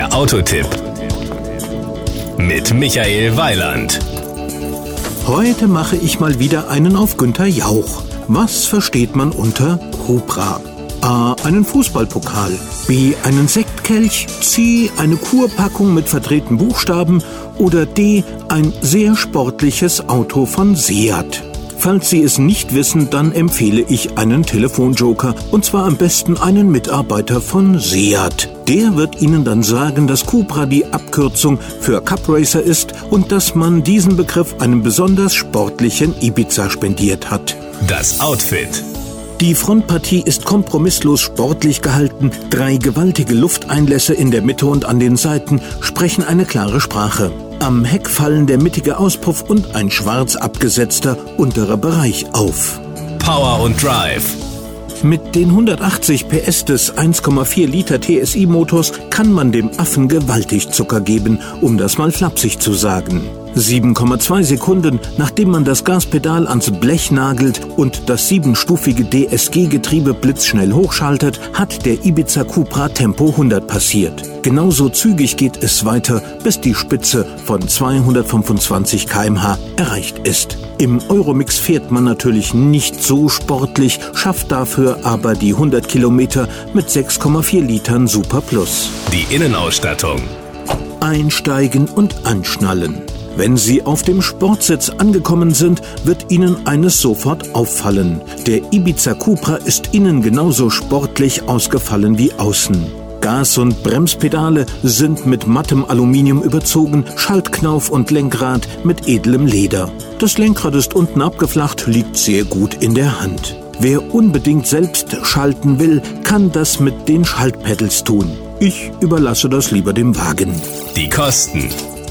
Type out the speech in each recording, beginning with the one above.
Der Autotipp mit Michael Weiland. Heute mache ich mal wieder einen auf Günther Jauch. Was versteht man unter Cupra? A. Einen Fußballpokal. B. Einen Sektkelch. C. Eine Kurpackung mit verdrehten Buchstaben. Oder D. Ein sehr sportliches Auto von Seat. Falls Sie es nicht wissen, dann empfehle ich einen Telefonjoker, und zwar am besten einen Mitarbeiter von Seat. Der wird Ihnen dann sagen, dass Cupra die Abkürzung für Cup Racer ist und dass man diesen Begriff einem besonders sportlichen Ibiza spendiert hat. Das Outfit. Die Frontpartie ist kompromisslos sportlich gehalten, 3 gewaltige Lufteinlässe in der Mitte und an den Seiten sprechen eine klare Sprache. Am Heck fallen der mittige Auspuff und ein schwarz abgesetzter unterer Bereich auf. Power und Drive. Mit den 180 PS des 1,4 Liter TSI-Motors kann man dem Affen gewaltig Zucker geben, um das mal flapsig zu sagen. 7,2 Sekunden, nachdem man das Gaspedal ans Blech nagelt und das 7-stufige DSG-Getriebe blitzschnell hochschaltet, hat der Ibiza Cupra Tempo 100 passiert. Genauso zügig geht es weiter, bis die Spitze von 225 km/h erreicht ist. Im Euromix fährt man natürlich nicht so sportlich, schafft dafür aber die 100 Kilometer mit 6,4 Litern Super Plus. Die Innenausstattung. Einsteigen und anschnallen. Wenn Sie auf dem Sportsitz angekommen sind, wird Ihnen eines sofort auffallen. Der Ibiza Cupra ist innen genauso sportlich ausgefallen wie außen. Gas- und Bremspedale sind mit mattem Aluminium überzogen, Schaltknauf und Lenkrad mit edlem Leder. Das Lenkrad ist unten abgeflacht, liegt sehr gut in der Hand. Wer unbedingt selbst schalten will, kann das mit den Schaltpedals tun. Ich überlasse das lieber dem Wagen. Die Kosten.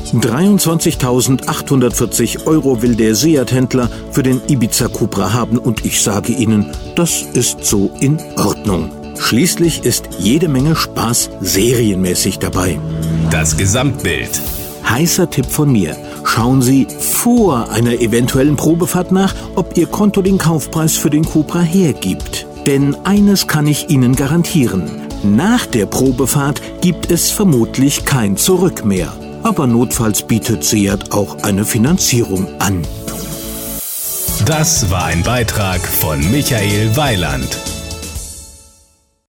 23.840 € will der Seat-Händler für den Ibiza Cupra haben und ich sage Ihnen, das ist so in Ordnung. Schließlich ist jede Menge Spaß serienmäßig dabei. Das Gesamtbild. Heißer Tipp von mir. Schauen Sie vor einer eventuellen Probefahrt nach, ob Ihr Konto den Kaufpreis für den Cupra hergibt. Denn eines kann ich Ihnen garantieren. Nach der Probefahrt gibt es vermutlich kein Zurück mehr. Aber notfalls bietet Seat auch eine Finanzierung an. Das war ein Beitrag von Michael Weiland.